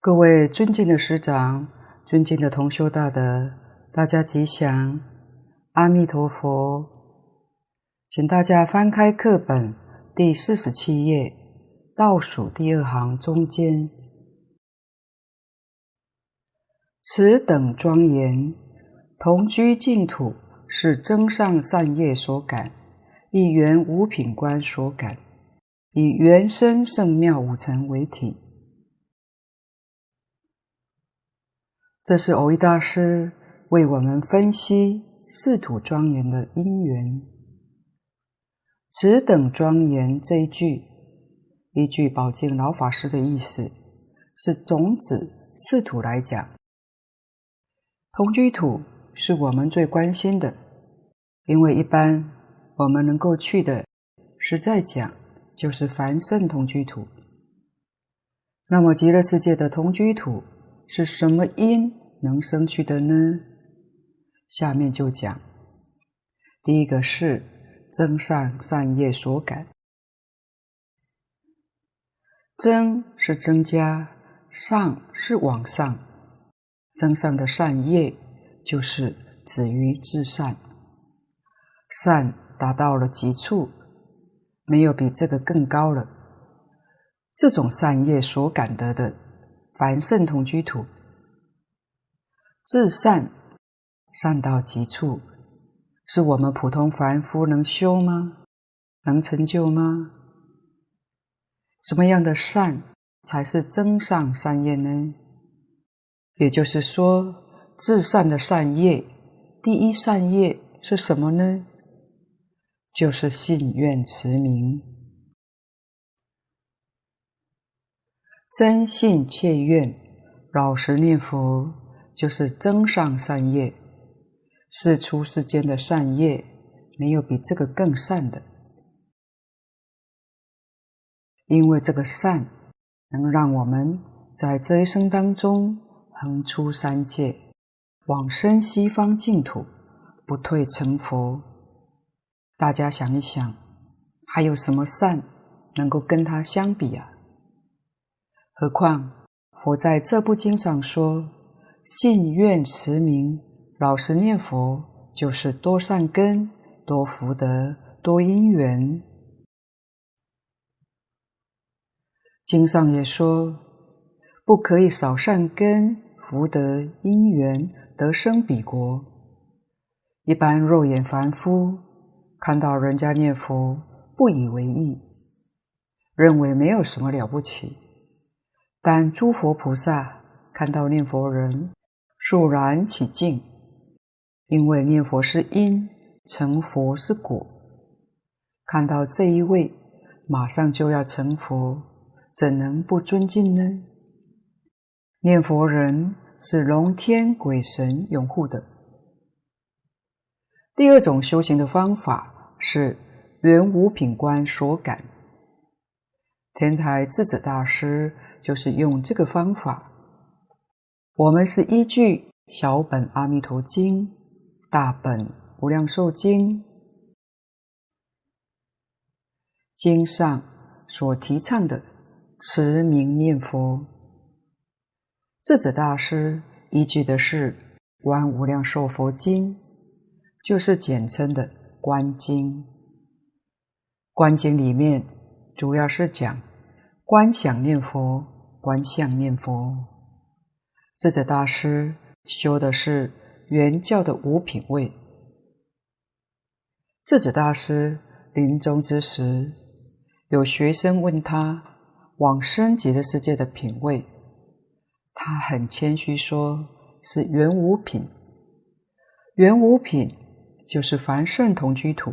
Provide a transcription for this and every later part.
各位尊敬的师长，尊敬的同修大德，大家吉祥，阿弥陀佛。请大家翻开课本第47页，倒数第2行中间，此等庄严，同居净土，是增上善业所感，以圆五品观所感，以原生圣妙五尘为体。这是蕅益大师为我们分析四土庄严的因缘。此等庄严这一句，依据宝镜老法师的意思，是总指四土来讲。同居土是我们最关心的，因为一般我们能够去的，实在讲就是凡圣同居土。那么极乐世界的同居土是什么因能生去的呢？下面就讲，第一个是增上善业所感。增是增加，上是往上，增上的善业就是止于至善，善达到了极处，没有比这个更高了。这种善业所感得的凡圣同居土，至善，善到极处，是我们普通凡夫能修吗？能成就吗？什么样的善才是增上善业呢？也就是说，至善的善业，第一善业是什么呢？就是信愿持名。真信切愿，老实念佛，就是增上善业。世出世间的善业，没有比这个更善的。因为这个善能让我们在这一生当中横出三界，往生西方净土，不退成佛。大家想一想，还有什么善能够跟它相比啊？何况佛在这部经上说，信愿持名，老实念佛，就是多善根，多福德，多因缘。经上也说，不可以少善根、福德、因缘，得生彼国。一般肉眼凡夫看到人家念佛，不以为意，认为没有什么了不起。但诸佛菩萨看到念佛人，肃然起敬，因为念佛是因，成佛是果。看到这一位马上就要成佛，怎能不尊敬呢？念佛人是龙天鬼神拥护的。第二种修行的方法是圆五品观所感。天台智子大师就是用这个方法。我们是依据小本阿弥陀经、大本无量寿经，经上所提倡的持名念佛。智子大师依据的是观无量寿佛经，就是简称的观经。观经里面主要是讲观想念佛、观相念佛。智子大师修的是原教的五品位。智子大师临终之时，有学生问他往生极乐世界的品位，他很谦虚说是原五品。原五品就是凡圣同居土。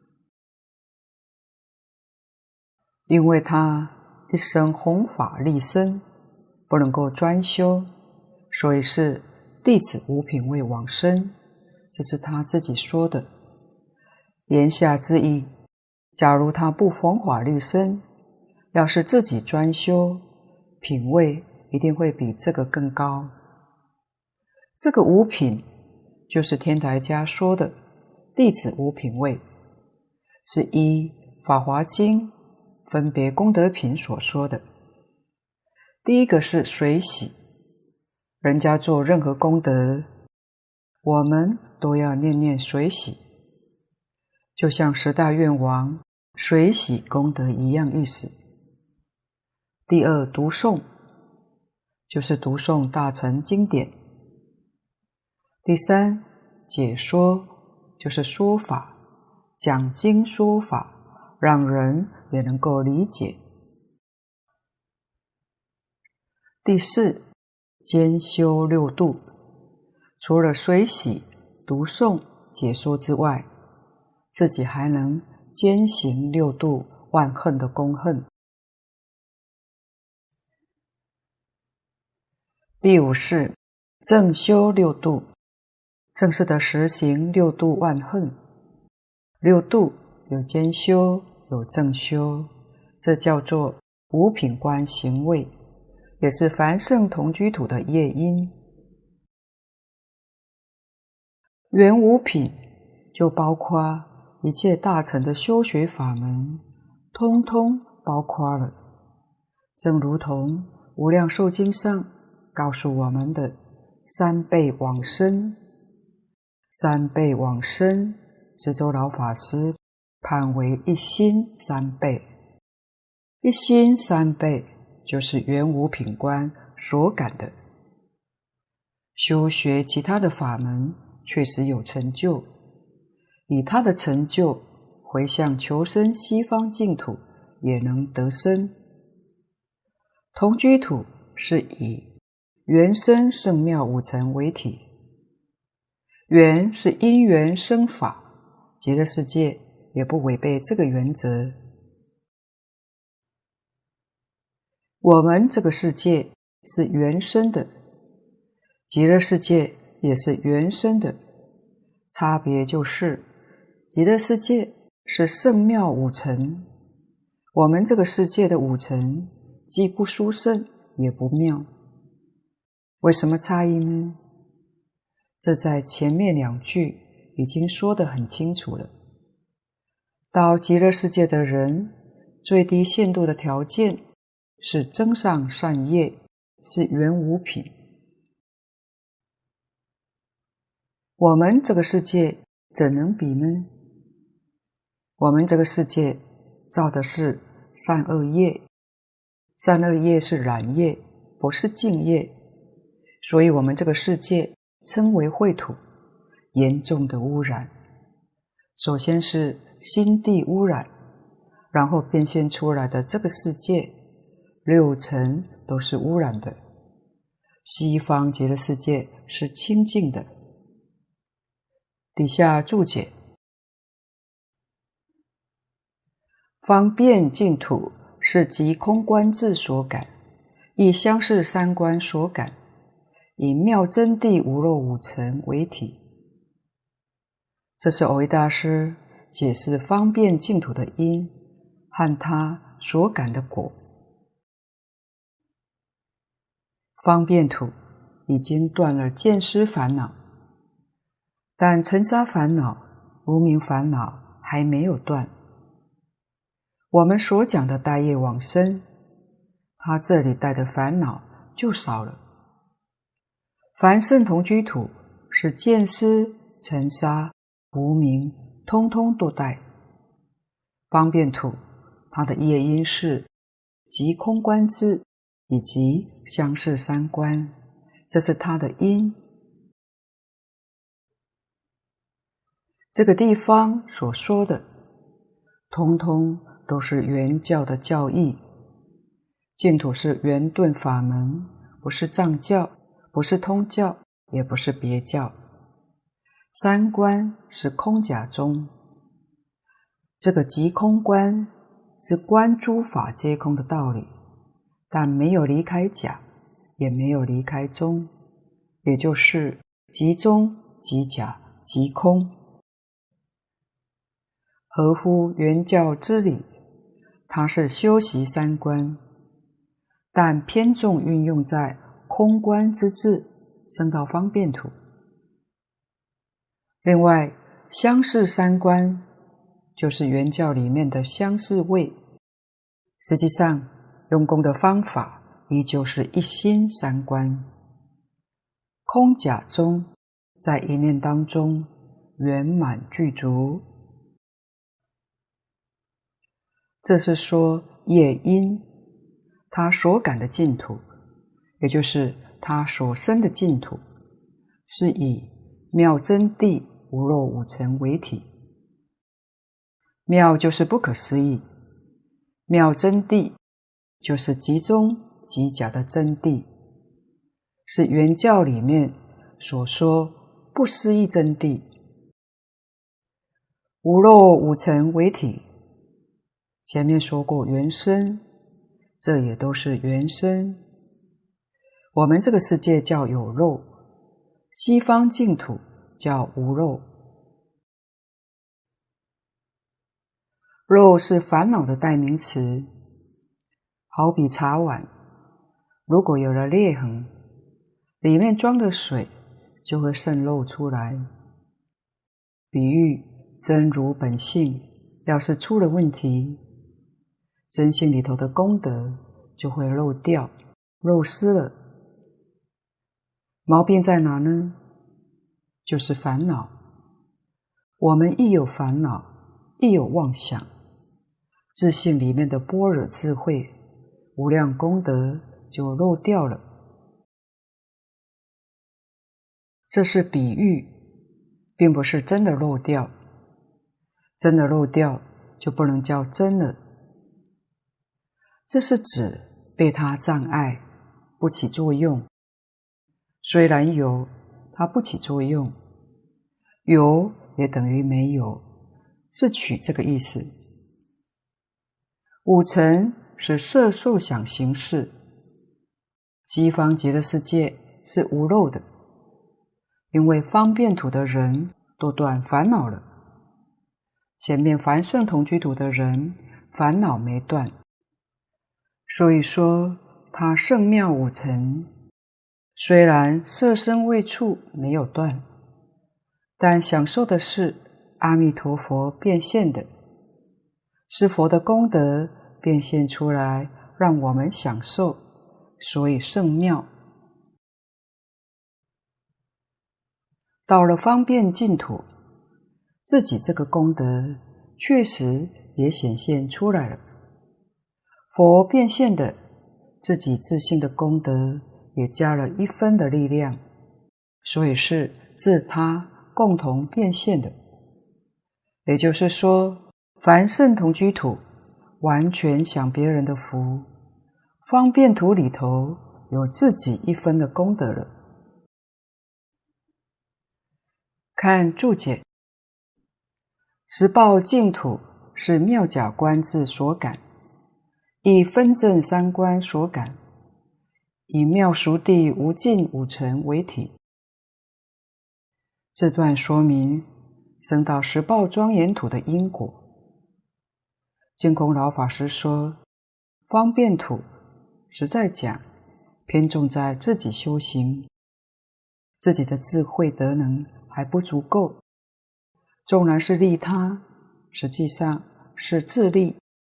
因为他一生弘法利生，不能够专修，所以是弟子五品位往生，这是他自己说的。言下之意，假如他不弘法利生，要是自己专修，品位一定会比这个更高。这个五品就是天台家说的弟子五品位，是依法华经分别功德品所说的。第一个是随喜， 人家做任何功德，我们都要念念随喜，就像10大愿王随喜功德一样意思。第二，读诵，就是读诵大乘经典。第三，解说，就是说法，讲经说法，让人也能够理解。第四，兼修六度，除了随喜、读诵、解说之外，自己还能兼行六度万恨的功恨。第五是正修六度，正式的实行六度万恨。六度有兼修，有正修，这叫做五品观行位，也是凡圣同居土的业因。原五品就包括一切大乘的修学法门，通通包括了。正如同无量寿经上告诉我们的三辈往生，三辈往生，智周老法师判为一心三辈。一心三辈就是原五品观所感的。修学其他的法门确实有成就，以他的成就回向求生西方净土也能得生。同居土是以缘生圣妙五尘为体，缘是因缘生法，极乐世界也不违背这个原则。我们这个世界是缘生的，极乐世界也是缘生的，差别就是极乐世界是圣妙五尘，我们这个世界的五尘既不殊胜也不妙。为什么差异呢？这在前面2句已经说得很清楚了。到极乐世界的人，最低限度的条件是增上善业，是原五品。我们这个世界怎能比呢？我们这个世界造的是善恶业，善恶业是染业，不是净业，所以我们这个世界称为秽土，严重的污染。首先是心地污染，然后变现出来的这个世界6层都是污染的。西方极乐世界是清净的。底下注解：方便净土是即空观智所感，以相似三观所感，以妙真谛无漏五尘为体。这是藕益大师解释方便净土的因和他所感的果。方便土已经断了见思烦恼，但尘沙烦恼、无明烦恼还没有断。我们所讲的大业往生，他这里带的烦恼就少了。凡圣同居土是见思、尘沙、无明通通都带。方便土它的业因是即空观智以及相似三观，这是它的因。这个地方所说的通通都是原教的教义。净土是圆顿法门，不是藏教，不是通教，也不是别教。三观是空假中，这个即空观是观诸法皆空的道理，但没有离开假，也没有离开中，也就是即中即假即空，合乎原教之理。它是修习三观，但偏重运用在空观之智，升到方便土。另外，相似三观就是原教里面的相似位，实际上用功的方法依旧是一心三观。 空假中，在一念当中圆满具足。这是说业因，他所感的净土，也就是他所生的净土，是以妙真谛无漏五尘为体。妙就是不可思议，妙真谛就是极中极假的真谛，是原教里面所说不思议真谛。无漏五尘为体，前面说过原生，这也都是原生。我们这个世界叫有漏，西方净土叫无漏。漏是烦恼的代名词，好比茶碗，如果有了裂痕，里面装的水就会渗漏出来。比喻真如本性要是出了问题，真性里头的功德就会漏掉，漏失了。毛病在哪呢？就是烦恼。我们一有烦恼，一有妄想，自性里面的般若智慧无量功德就漏掉了。这是比喻，并不是真的漏掉。真的漏掉就不能叫真了。这是指被它障碍，不起作用。虽然有，它不起作用；有也等于没有，是取这个意思。五尘是色受想行识，西方极乐世界是无漏的，因为方便土的人都断烦恼了，前面凡圣同居土的人烦恼没断，所以说他圣妙五尘，虽然色身味触没有断，但享受的是阿弥陀佛变现的，是佛的功德变现出来让我们享受，所以圣妙。到了方便净土，自己这个功德确实也显现出来了，佛变现的自己自性的功德也加了一分的力量，所以是自他共同变现的。也就是说，凡圣同居土完全享别人的福，方便土里头有自己一分的功德了。看注解，十报净土是妙假观智所感，以分正三观所感，以妙熟地无尽五尘为体。这段说明升到十报庄严土的因果。净空老法师说，方便土实在讲偏重在自己修行，自己的智慧德能还不足够，纵然是利他，实际上是自利。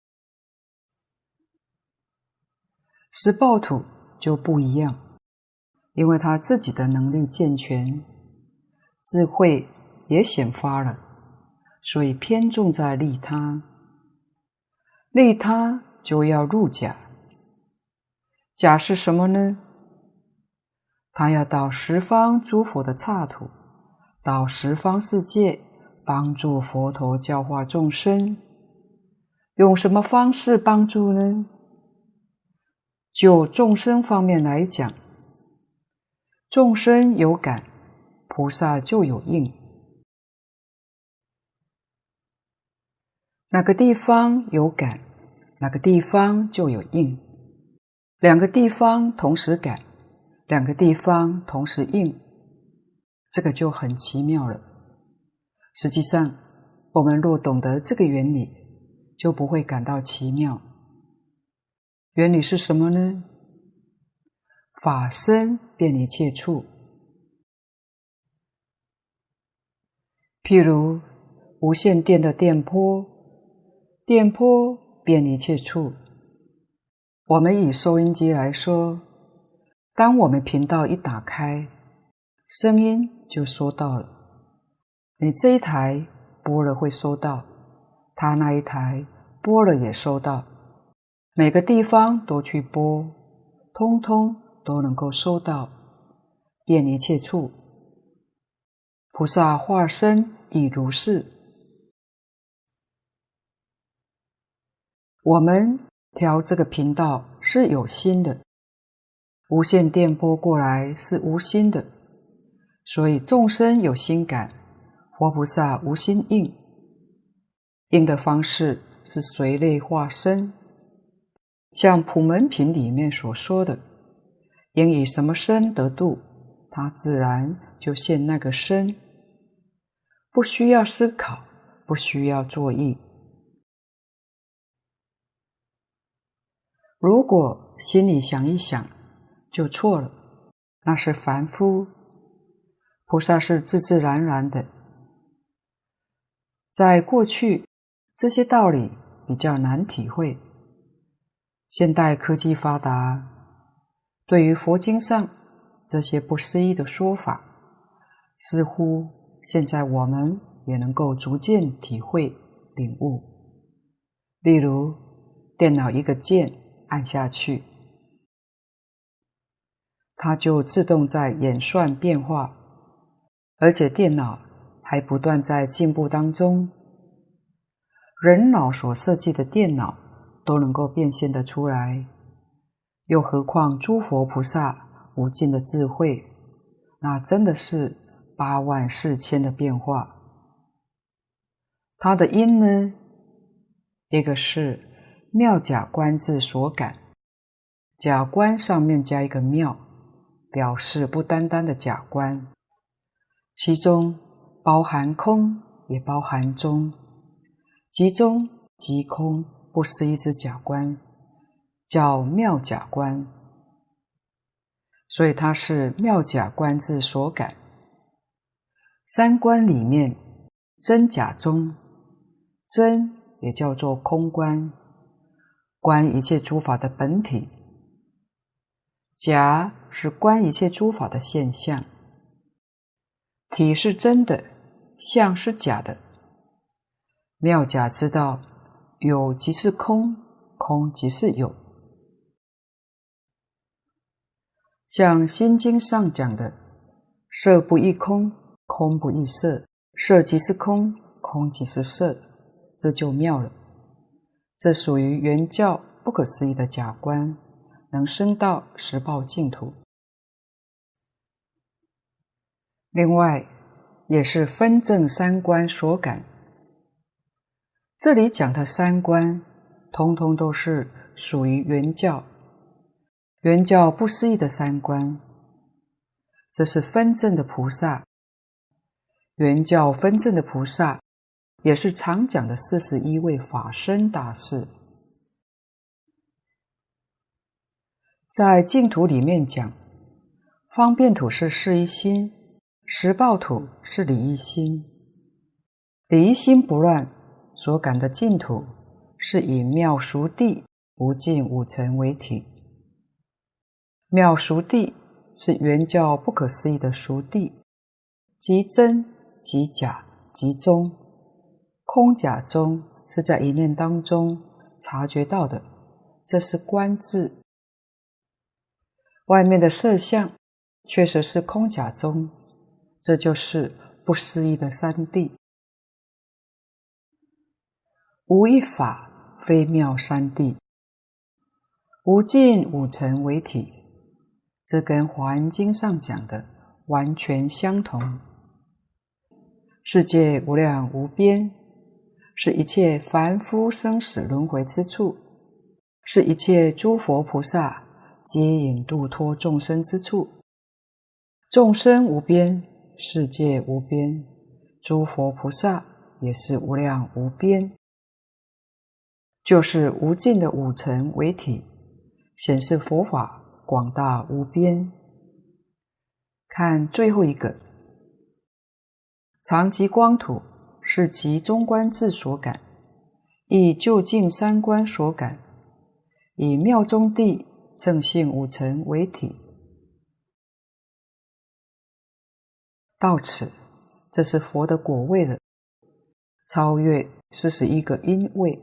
十报土就不一样，因为他自己的能力健全，智慧也显发了，所以偏重在利他。利他就要入假，假是什么呢？他要到十方诸佛的刹土，到十方世界帮助佛陀教化众生。用什么方式帮助呢？就众生方面来讲，众生有感，菩萨就有应。哪个地方有感，哪个地方就有应。两个地方同时感，两个地方同时应，这个就很奇妙了。实际上，我们若懂得这个原理，就不会感到奇妙。原理是什么呢？法身遍一切处。譬如无线电的电波，电波遍一切处。我们以收音机来说，当我们频道一打开， 声音就收到了。你这一台拨了会收到，他那一台拨了也收到，每个地方都去拨，通通都能够收到，遍一切处。菩萨化身亦如是。我们调这个频道是有心的，无线电波过来是无心的，所以众生有心感，佛菩萨无心应。应的方式是随类化身，像普门品里面所说的，应以什么身得度，他自然就现那个身，不需要思考，不需要作意。如果心里想一想就错了，那是凡夫。菩萨是自自然然的。在过去这些道理比较难体会，现代科技发达，对于佛经上这些不思议的说法，似乎现在我们也能够逐渐体会领悟。例如电脑一个键按下去，它就自动在演算变化，而且电脑还不断在进步当中。人脑所设计的电脑都能够变现得出来，又何况诸佛菩萨无尽的智慧，那真的是84000的变化。它的因呢，一个是妙假观字所感，假观上面加一个妙，表示不单单的假观，其中包含空也包含中，即中即空，不思议之假观，叫妙假观。所以它是妙假观字所感。三观里面真假中，真也叫做空观，观一切诸法的本体，假是观一切诸法的现象，体是真的，相是假的。妙假知道有即是空，空即是有。像心经上讲的，色不异空，空不异色，色即是空，空即是色，这就妙了。这属于原教不可思议的假观，能升到十报净土。另外也是分正三观所感。这里讲的三观通通都是属于原教，原教不思议的三观，这是分正的菩萨。原教分正的菩萨也是常讲的41位法身大士。在净土里面讲，方便土是事一心，实报土是理一心。理一心不乱所感的净土，是以妙熟地无尽五尘为体。妙熟地是原教不可思议的熟地，即真即假即中，空假中是在一念当中察觉到的，这是观智。外面的色相确实是空假中，这就是不思议的三谛。无一法非妙三谛，无尽五尘为体，这跟华严经上讲的完全相同。世界无量无边，是一切凡夫生死轮回之处，是一切诸佛菩萨接引度脱众生之处。众生无边，世界无边，诸佛菩萨也是无量无边，就是无尽的五尘为体，显示佛法广大无边。看最后一个，常寂光土是集中观智所感，以究竟三观所感，以妙中地正性五尘为体。 到此，这是佛的果位了，超越41个因位。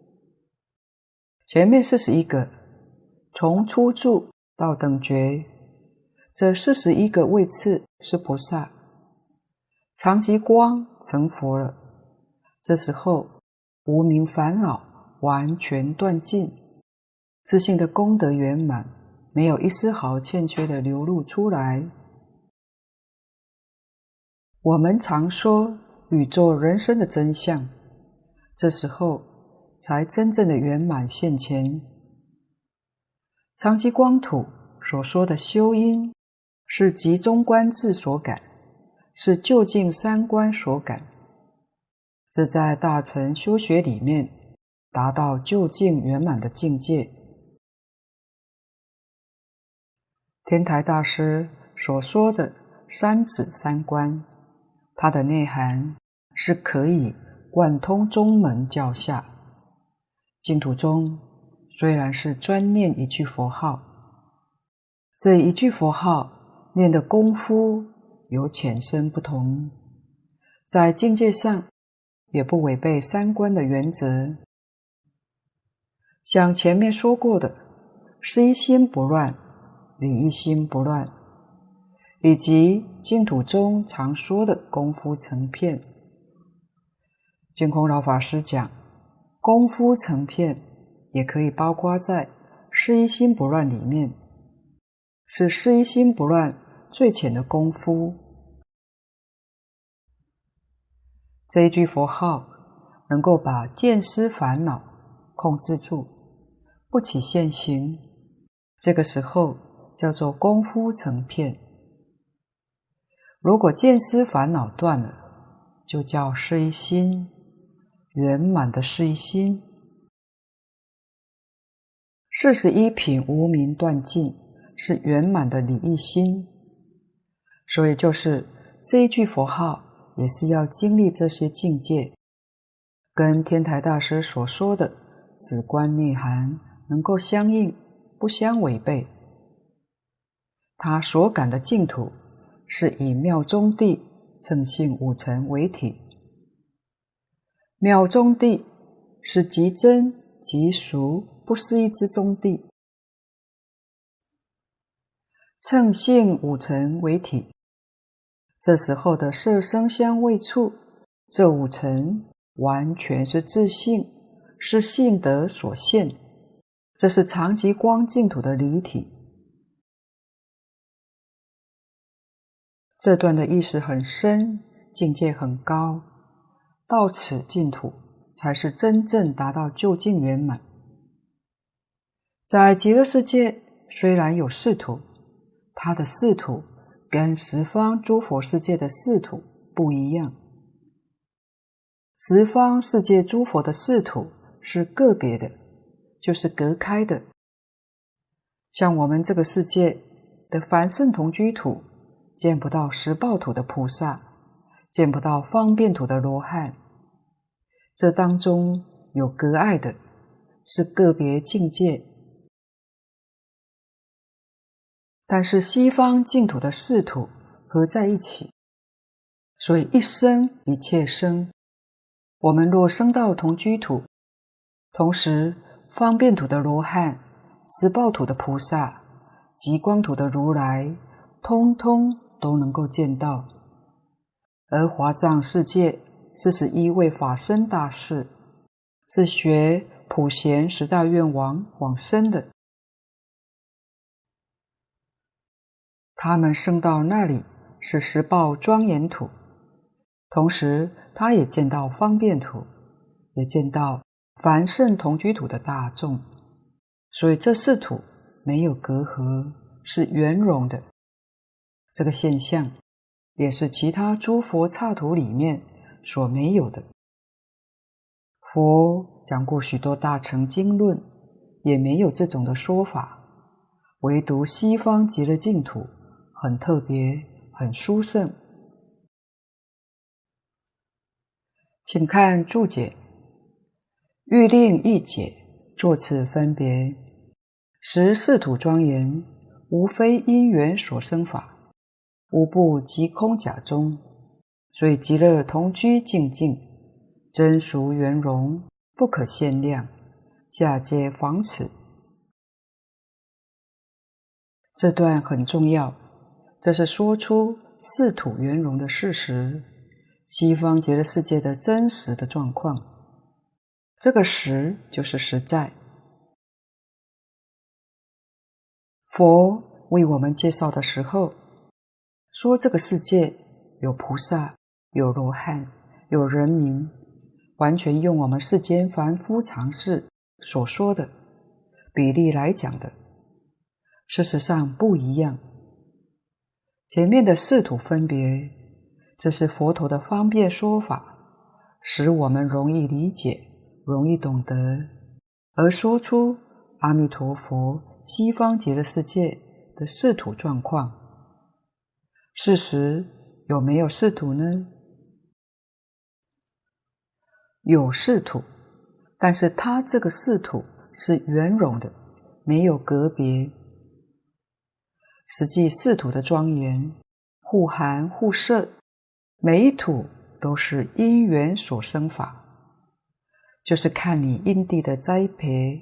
前面41个，从初住到等觉，这41个位次是菩萨。常寂光成佛了，这时候无明烦恼完全断尽，自性的功德圆满，没有一丝毫欠缺的流露出来。我们常说宇宙人生的真相，这时候才真正的圆满现前。常寂光土所说的修因，是集中观智所感，是究竟三观所感，这在大乘修学里面达到究竟圆满的境界。天台大师所说的三指三观，它的内涵是可以贯通中门教下。净土中虽然是专念一句佛号，这一句佛号念的功夫有浅深不同，在境界上也不违背三观的原则。像前面说过的，事一心不乱，理一心不乱，以及净土中常说的功夫成片。净空老法师讲，功夫成片也可以包括在事一心不乱里面，是事一心不乱最浅的功夫。这一句佛号能够把见思烦恼控制住，不起现行，这个时候叫做功夫成片。如果见思烦恼断了，就叫事一心，圆满的事一心。41品无明断尽，是圆满的理一心。所以就是这一句佛号也是要经历这些境界，跟天台大师所说的止观内涵能够相应，不相违背。他所感的净土是以妙中地称性五尘为体，妙中地是极真极俗不思议之中地，称性五尘为体，这时候的色声香味触，这五尘完全是自性，是性德所现，这是常寂光净土的离体。这段的意思很深，境界很高，到此净土才是真正达到究竟圆满。在极乐世界虽然有四土，它的四土跟十方诸佛世界的四土不一样。十方世界诸佛的四土是个别的，就是隔开的。像我们这个世界的凡圣同居土，见不到十报土的菩萨，见不到方便土的罗汉，这当中有隔碍的，是个别境界。但是西方净土的四土合在一起，所以一生一切生。我们若生到同居土，同时方便土的罗汉、十报土的菩萨、极光土的如来，通通都能够见到。而华藏世界41位法身大士，是学普贤十大愿王往生的，他们升到那里是十报庄严土，同时他也见到方便土，也见到凡圣同居土的大众，所以这四土没有隔阂，是圆融的。这个现象也是其他诸佛刹土里面所没有的。佛讲过许多大乘经论，也没有这种的说法，唯独西方极乐净土很特别，很殊胜。请看注解，欲令一解，作此分别，实四土庄严，无非因缘所生法， 无不即空假中，所以极乐同居净净，真俗圆融，不可限量，下皆仿此。这段很重要，这是说出四土圆融的事实，西方极乐世界的真实的状况。这个实就是实在。佛为我们介绍的时候，说这个世界有菩萨，有罗汉，有人民，完全用我们世间凡夫常识所说的比例来讲的，事实上不一样。前面的四土分别，这是佛陀的方便说法，使我们容易理解，容易懂得，而说出阿弥陀佛西方极乐世界的四土状况。事实有没有四土呢？有四土，但是它这个四土是圆融的，没有隔别。实际四土的庄严，互含互摄，每一土都是因缘所生法，就是看你因地的栽培。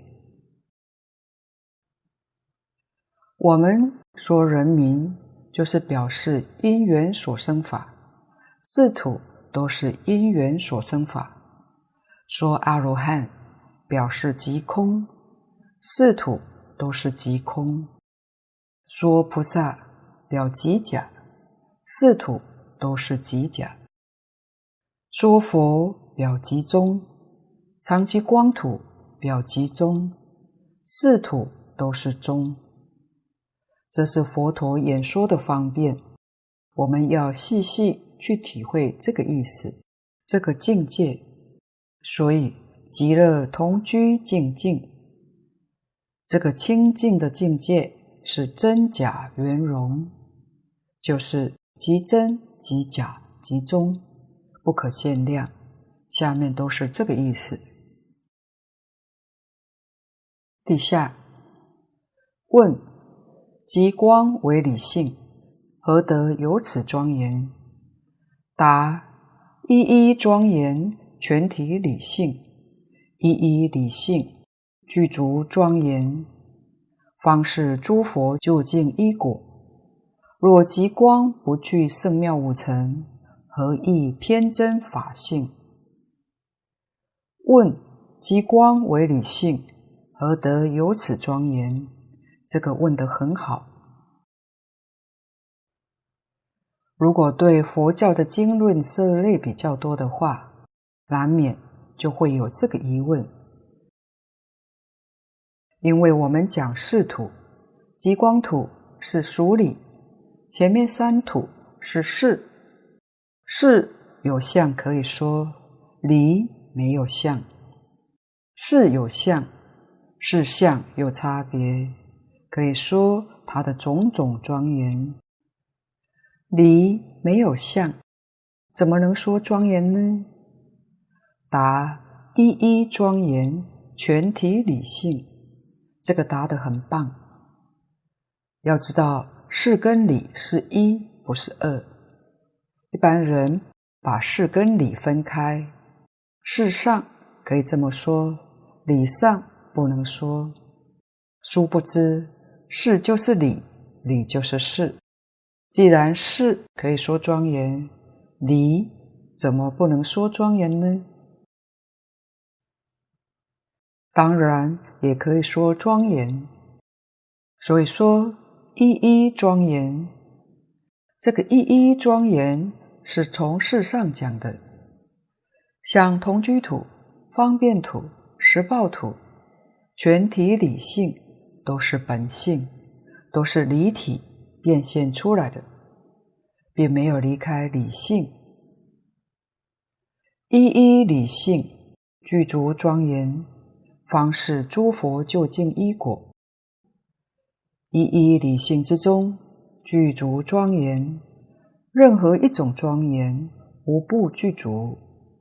我们说人民，就是表示因缘所生法，四土都是因缘所生法。说阿罗汉，表示即空，四土都是即空。说菩萨，表即假，四土都是即假。说佛，表即中，常寂光土，表即中，四土都是中。这是佛陀演说的方便，我们要细细去体会这个意思，这个境界。所以极乐同居净净，这个清净的境界是真假圆融，就是即真即假即中，不可限量。下面都是这个意思。底下问：极光为理性，何得有此庄严？答：一一庄严，全体理性，一一理性，具足庄严，方是诸佛究竟依果。若极光不具圣妙五层，何益偏真法性？问：极光为理性，何得有此庄严？这个问得很好。如果对佛教的经论涉猎比较多的话，难免就会有这个疑问。因为我们讲四土，极光土是属理，前面三土是事，事有相可以说，理没有相。事有相，事相有差别，可以说它的种种庄严。理没有相，怎么能说庄严呢？答：一一庄严，全体理性。这个答得很棒。要知道事跟理是一，不是二。一般人把事跟理分开，事上可以这么说，理上不能说。殊不知事就是理，理就是事。既然事可以说庄严，理怎么不能说庄严呢？当然也可以说庄严。所以说一一庄严，这个一一庄严是从事上讲的。像同居土、方便土、实报土，全体理性都是本性，都是理体变现出来的，并没有离开理性。一一理性，具足庄严，方是诸佛究竟依果。一一理性之中，具足庄严，任何一种庄严无不具足。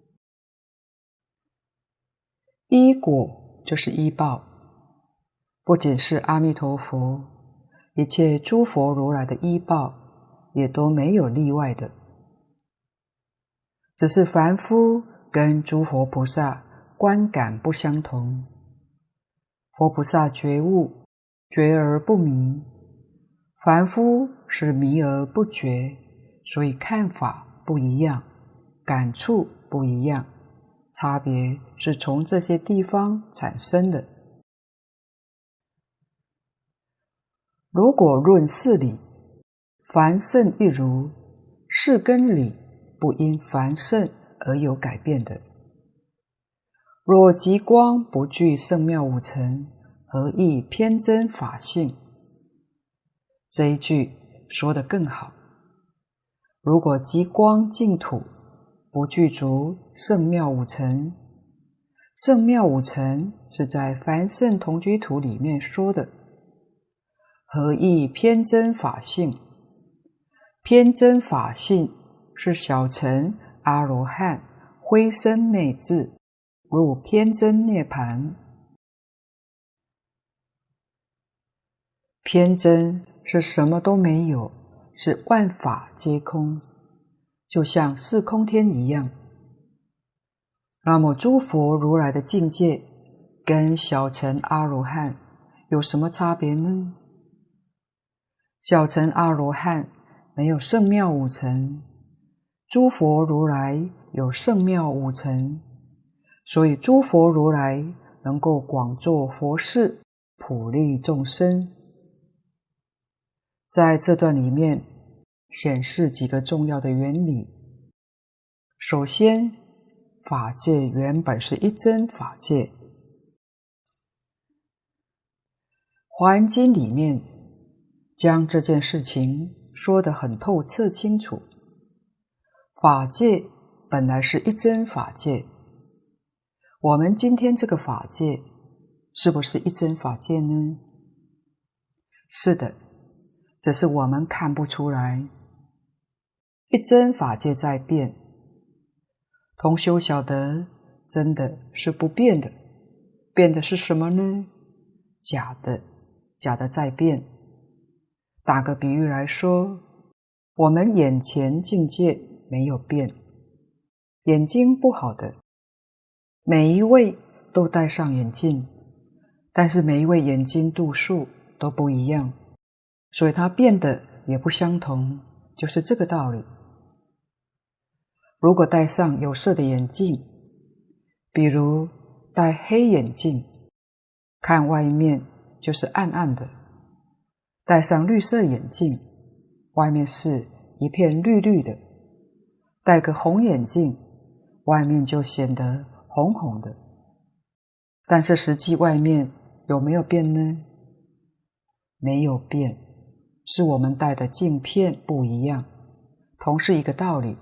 依果就是依报，不仅是阿弥陀佛，一切诸佛如来的依报， 也都没有例外的，只是凡夫跟诸佛菩萨观感不相同。佛菩萨觉悟，觉而不迷；凡夫是迷而不觉，所以看法不一样，感触不一样，差别是从这些地方产生的。如果论事理，凡圣一如，事跟理不因凡圣而有改变的。若极光不具圣妙五尘，何以偏真法性？这一句说得更好。如果极光净土不具足圣妙五尘，圣妙五尘是在凡圣同居土里面说的，何以偏真法性？偏真法性是小乘阿罗汉灰身内至，入偏真涅盘。偏真是什么都没有，是万法皆空，就像是空天一样。那么诸佛如来的境界跟小乘阿罗汉有什么差别呢？小乘阿罗汉没有圣妙五尘，诸佛如来有圣妙五尘，所以诸佛如来能够广做佛事，普利众生。在这段里面显示几个重要的原理。首先，法界原本是一真法界。华严经里面将这件事情说得很透彻清楚。法界本来是一真法界，我们今天这个法界是不是一真法界呢？是的，只是我们看不出来。一真法界在变，同修晓得真的是不变的，变的是什么呢？假的，假的在变。打个比喻来说，我们眼前境界没有变，眼睛不好的，每一位都戴上眼镜，但是每一位眼睛度数都不一样，所以它变得也不相同，就是这个道理。如果戴上有色的眼镜，比如戴黑眼镜，看外面就是暗暗的；戴上绿色眼镜，外面是一片绿绿的；戴个红眼镜，外面就显得红红的。但是实际外面有没有变呢？没有变，是我们戴的镜片不一样，同是一个道理。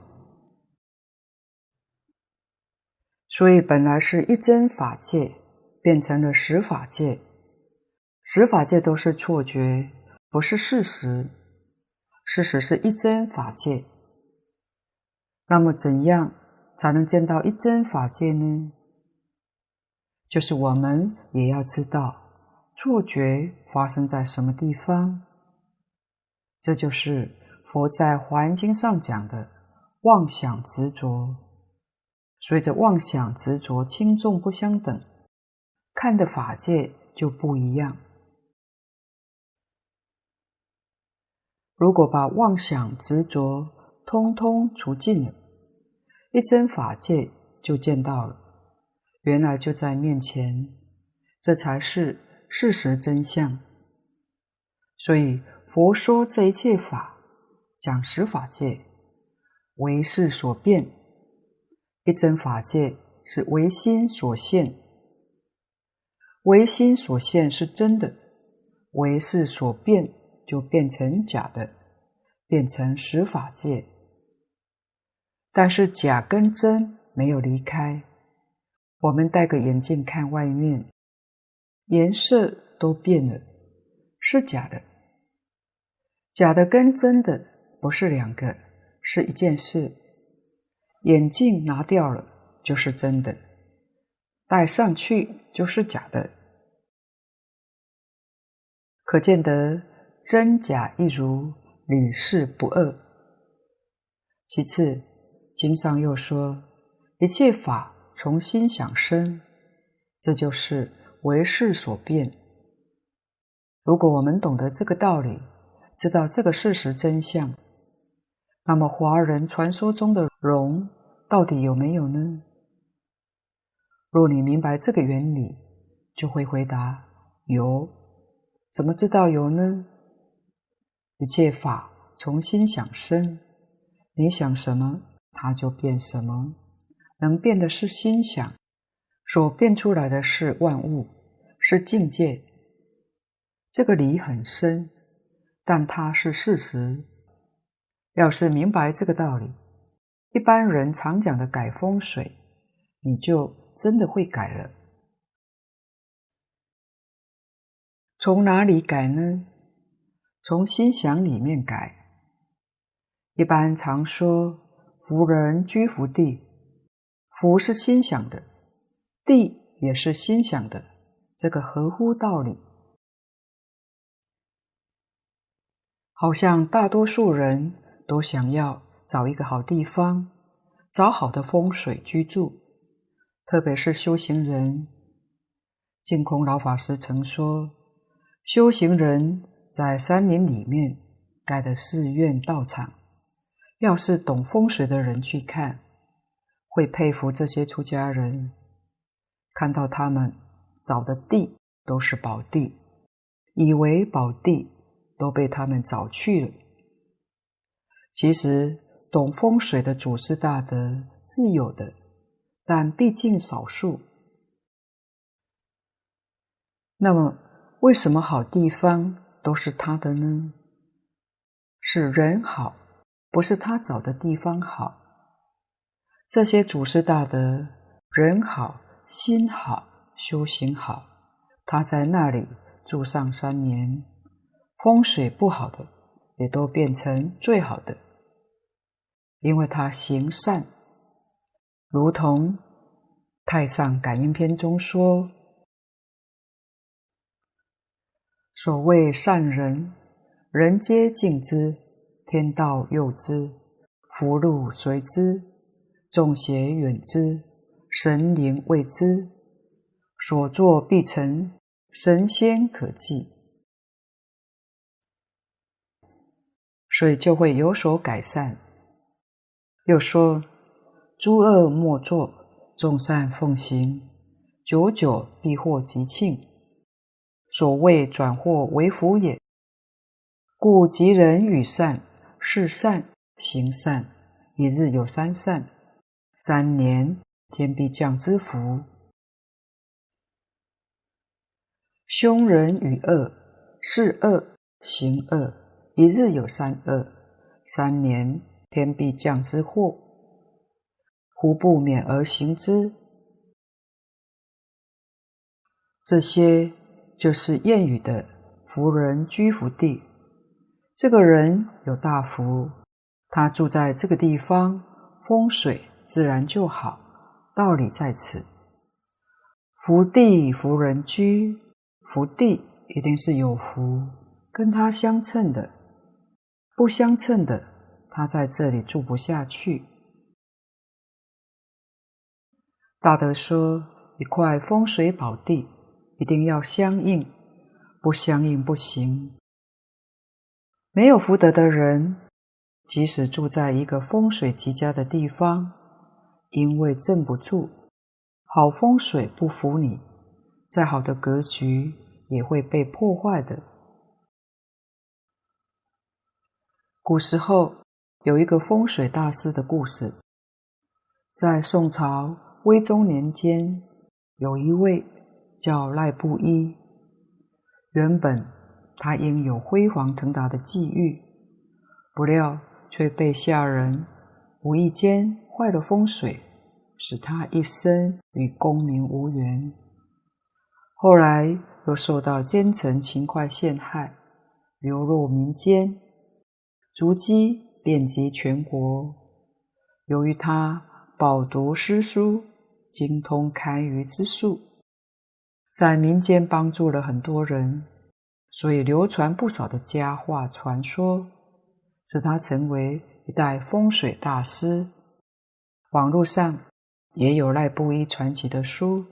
所以本来是一真法界，变成了实法界。实法界都是错觉，不是事实。事实是一真法界。那么怎样才能见到一真法界呢？就是我们也要知道错觉发生在什么地方。这就是佛在《华严经》上讲的妄想执着。随着妄想执着轻重不相等，看的法界就不一样。如果把妄想执着通通除尽了，一真法界就见到了，原来就在面前，这才是事实真相。所以佛说这一切法，讲实法界，为事所变。一真法界是唯心所现，唯心所现是真的，唯事所变就变成假的，变成实法界。但是假跟真没有离开，我们戴个眼镜看外面，颜色都变了，是假的。假的跟真的不是两个，是一件事。眼镜拿掉了就是真的，戴上去就是假的。可见得真假一如，理事不二。 其次，经上又说，一切法从心想生，这就是为事所变。如果我们懂得这个道理，知道这个事实真相，那么华人传说中的龙到底有没有呢？若你明白这个原理，就会回答有。怎么知道有呢？一切法从心想生，你想什么，它就变什么。能变的是心想，所变出来的是万物，是境界。这个理很深，但它是事实。要是明白这个道理，一般人常讲的改风水，你就真的会改了。从哪里改呢？从心想里面改。一般常说福人居福地，福是心想的，地也是心想的，这个合乎道理。好像大多数人都想要找一个好地方，找好的风水居住，特别是修行人。净空老法师曾说，修行人在山林里面盖的寺院道场，要是懂风水的人去看，会佩服这些出家人，看到他们找的地都是宝地，以为宝地都被他们找去了。其实懂风水的祖师大德是有的，但毕竟少数。那么为什么好地方都是他的呢？是人好，不是他找的地方好。这些祖师大德人好，心好，修行好，他在那里住上3年，风水不好的也都变成最好的，因为他行善。如同太上感应篇中说，所谓善人，人皆敬之，天道佑之，福禄随之，众邪远之，神灵畏之，所作必成，神仙可忌。所以就会有所改善。又说，诸恶莫作，众善奉行，久久必获吉庆。所谓转祸为福也。故吉人与善，事善，行善，一日有3善，3年天必降之福。凶人与恶，事恶，行恶，一日有3恶，3年天必降之祸。胡不免而行之？这些就是谚语的福人居福地。这个人有大福，他住在这个地方，风水自然就好，道理在此。福地福人居，福地一定是有福，跟他相称的，不相称的，他在这里住不下去。大德说，一块风水宝地一定要相应，不相应不行。没有福德的人，即使住在一个风水极佳的地方，因为镇不住，好风水不服你，再好的格局也会被破坏的。古时候有一个风水大师的故事，在宋朝徽宗年间，有一位叫赖布衣，原本他应有辉煌腾达的际遇，不料却被下人无意间坏了风水，使他一生与功名无缘。后来又受到奸臣秦桧陷害，流落民间，足迹遍及全国。由于他饱读诗书，精通堪舆之术，在民间帮助了很多人，所以流传不少的佳话传说，使他成为一代风水大师。网络上也有赖布衣传奇的书。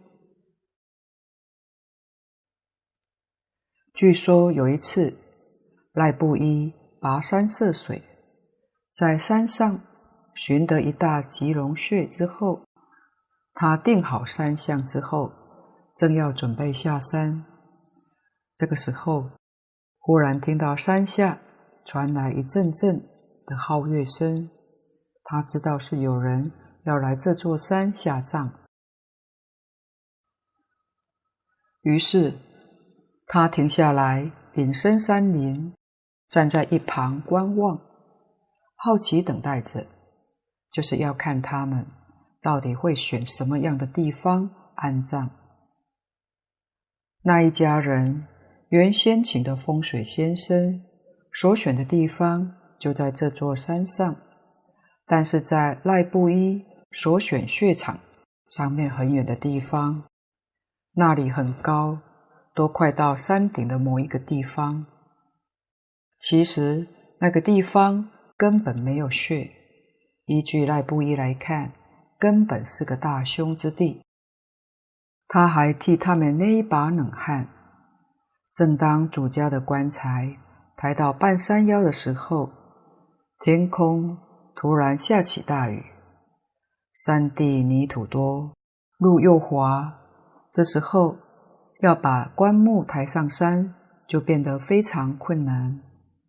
据说有一次，赖布衣跋山涉水，在山上寻得一大吉龙穴之后，他定好山相之后，正要准备下山。这个时候，忽然听到山下传来一阵阵的号乐声，他知道是有人要来这座山下葬。于是他停下来，隐身山林，站在一旁观望，好奇等待着，就是要看他们到底会选什么样的地方安葬。那一家人原先请的风水先生所选的地方就在这座山上，但是在赖布衣所选穴场上面很远的地方，那里很高，都快到山顶的某一个地方。其实那个地方根本没有穴，依据赖布衣来看，根本是个大凶之地。他还替他们捏一把冷汗。正当主家的棺材抬到半山腰的时候，天空突然下起大雨，山地泥土多，路又滑，这时候要把棺木抬上山就变得非常困难。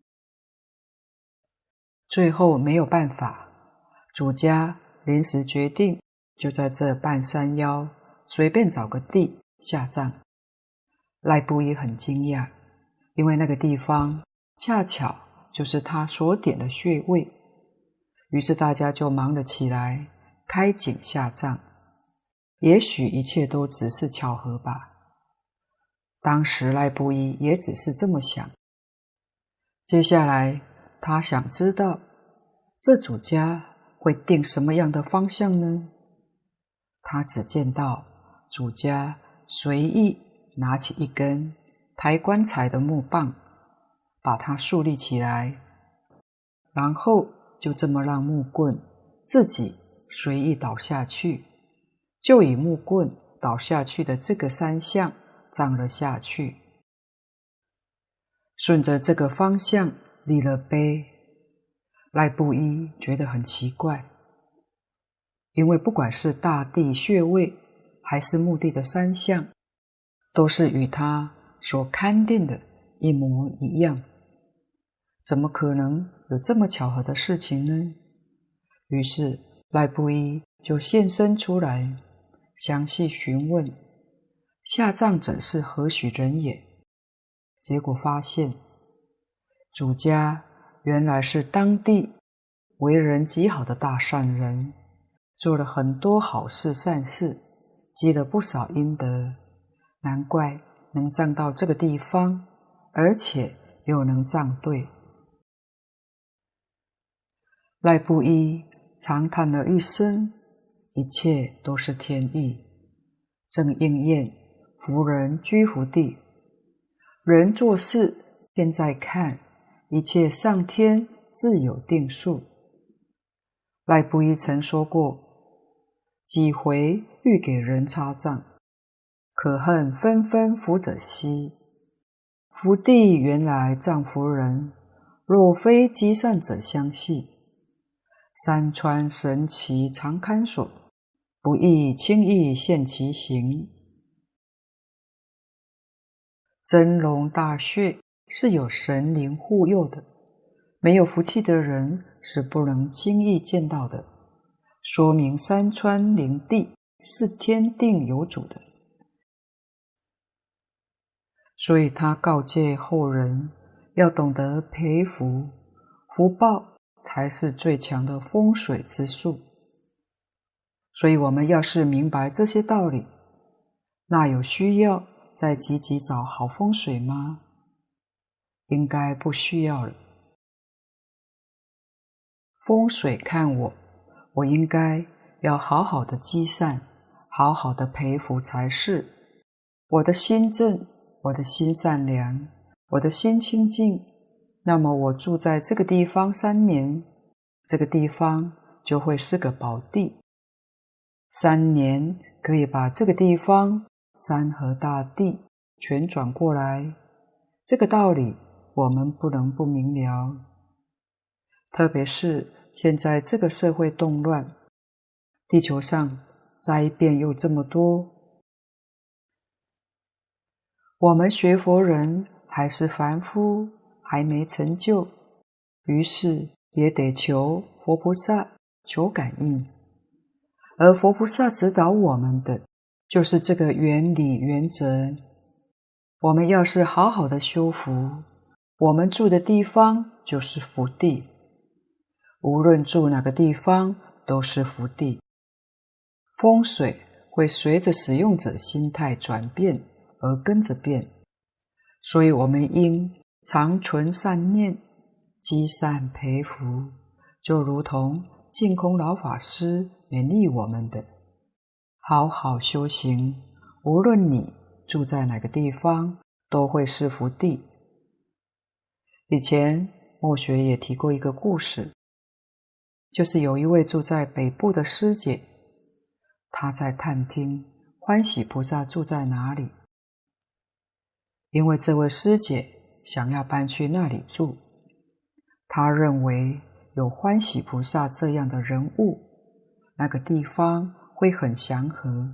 最后没有办法，主家临时决定就在这半山腰随便找个地下葬。赖布衣很惊讶，因为那个地方恰巧就是他所点的穴位。于是大家就忙了起来，开井下葬。也许一切都只是巧合吧。当时赖布衣也只是这么想。接下来他想知道，这主家会定什么样的方向呢？他只见到主家随意拿起一根抬棺材的木棒，把它竖立起来，然后就这么让木棍自己随意倒下去，就以木棍倒下去的这个山相葬了下去。顺着这个方向立了碑。赖布衣觉得很奇怪，因为不管是大地穴位还是墓地的山相，都是与他所勘定的一模一样，怎么可能有这么巧合的事情呢？于是赖布衣就现身出来，详细询问下葬者是何许人也。结果发现主家原来是当地为人极好的大善人，做了很多好事善事，积了不少阴德，难怪能葬到这个地方，而且又能葬对。赖布衣长叹了一声，一切都是天意，正应验福人居福地，人做事天在看，一切上天自有定数。赖布衣曾说过，几回欲给人插葬，可恨纷纷福者稀。福地原来葬福人，若非积善者相系。山川神奇常看守，不易轻易现其形。真龙大穴是有神灵护佑的，没有福气的人是不能轻易见到的，说明山川灵地是天定有主的。所以他告诫后人要懂得培福，福报才是最强的风水之术。所以我们要是明白这些道理，那有需要再积极找好风水吗？应该不需要了。风水看我应该要好好的积善，好好的培福才是。我的心正，我的心善良，我的心清净，那么我住在这个地方3年， 这个地方就会是个宝地。3年可以把这个地方山河大地全转过来，这个道理我们不能不明了。特别是现在这个社会动乱，地球上灾变又这么多，我们学佛人还是凡夫，还没成就，于是也得求佛菩萨，求感应。而佛菩萨指导我们的就是这个原理原则。我们要是好好的修福，我们住的地方就是福地，无论住哪个地方都是福地。风水会随着使用者心态转变而跟着变，所以我们应常存善念，积善培福，就如同净空老法师勉励我们的，好好修行，无论你住在哪个地方都会是福地。以前墨学也提过一个故事，就是有一位住在北部的师姐，她在探听欢喜菩萨住在哪里，因为这位师姐想要搬去那里住，她认为有欢喜菩萨这样的人物，那个地方会很祥和。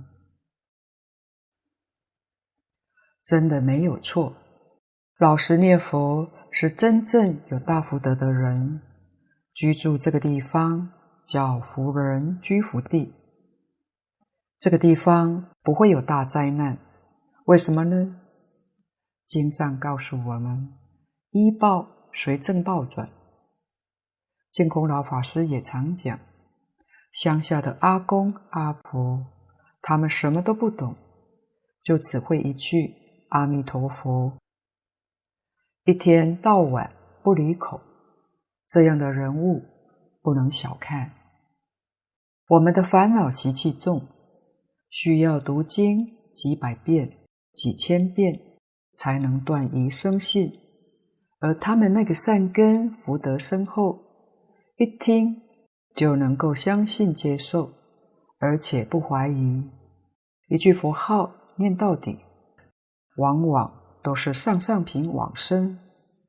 真的没有错，老实念佛是真正有大福德的人，居住这个地方叫福人居福地。这个地方不会有大灾难，为什么呢？经上告诉我们，依报随正报转。净空老法师也常讲，乡下的阿公阿婆，他们什么都不懂，就只会一句阿弥陀佛，一天到晚不离口，这样的人物不能小看。我们的烦恼习气重，需要读经几百遍、几千遍才能断疑生信，而他们那个善根福德深厚，一听就能够相信接受，而且不怀疑，一句佛号念到底，往往都是上上品往生。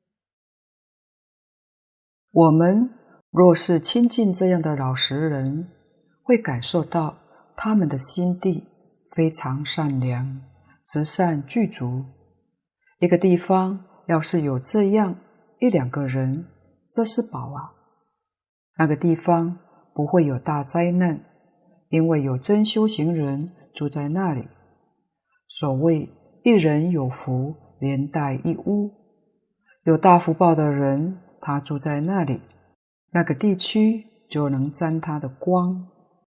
我们若是亲近这样的老实人，会感受到他们的心地非常善良，慈善具足。一个地方要是有这样一两个人，这是宝啊！那个地方不会有大灾难，因为有真修行人住在那里。所谓一人有福，连带一屋，有大福报的人，他住在那里，那个地区就能沾他的光。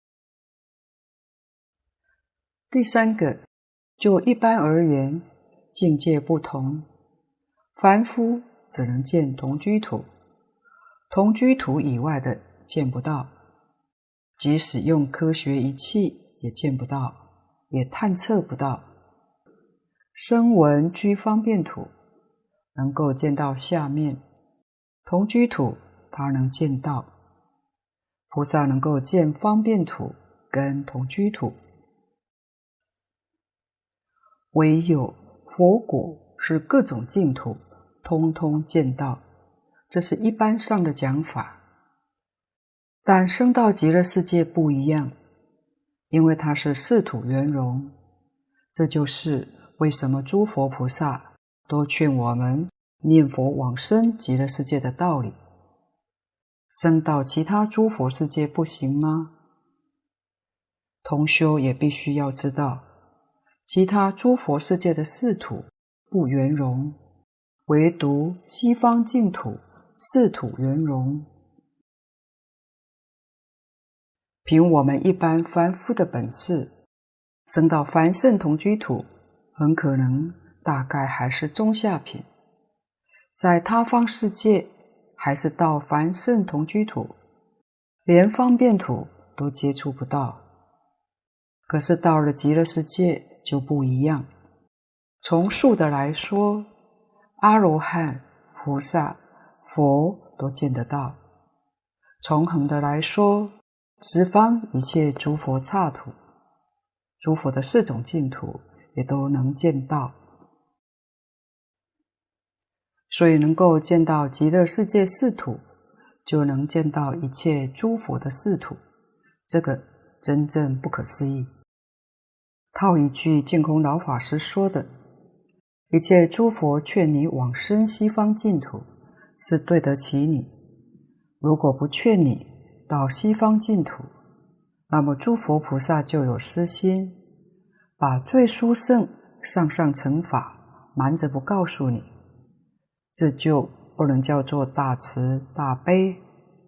第三个，就一般而言，境界不同，凡夫只能见同居土，同居土以外的见不到，即使用科学仪器也见不到，也探测不到。声闻居方便土能够见到下面，同居土他能见到，菩萨能够见方便土跟同居土。唯有佛果是各种净土通通见到，这是一般上的讲法。但升到极乐世界不一样，因为它是四土圆融，这就是为什么诸佛菩萨都劝我们念佛往生极乐世界的道理。升到其他诸佛世界不行吗？同修也必须要知道，其他诸佛世界的四土不圆融，唯独西方净土四土圆融。凭我们一般凡夫的本事，升到凡圣同居土，很可能大概还是中下品。在他方世界，还是到凡圣同居土，连方便土都接触不到。可是到了极乐世界就不一样。从数的来说，阿罗汉、菩萨、佛都见得到。 从横的来说，十方一切诸佛刹土，诸佛的四种净土也都能见到，所以能够见到极乐世界四土，就能见到一切诸佛的四土，这个真正不可思议。套一句净空老法师说的，一切诸佛劝你往生西方净土，是对得起你。如果不劝你到西方净土，那么诸佛菩萨就有私心，把最殊胜上上乘法瞒着不告诉你，这就不能叫做大慈大悲。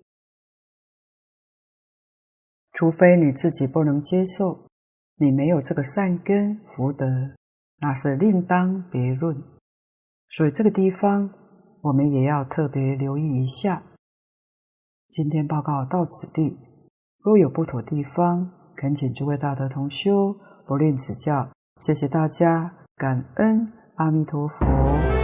除非你自己不能接受，你没有这个善根福德，那是另当别论。所以这个地方我们也要特别留意一下。今天报告到此地，若有不妥地方，恳请诸位大德同修不吝指教。谢谢大家，感恩阿弥陀佛。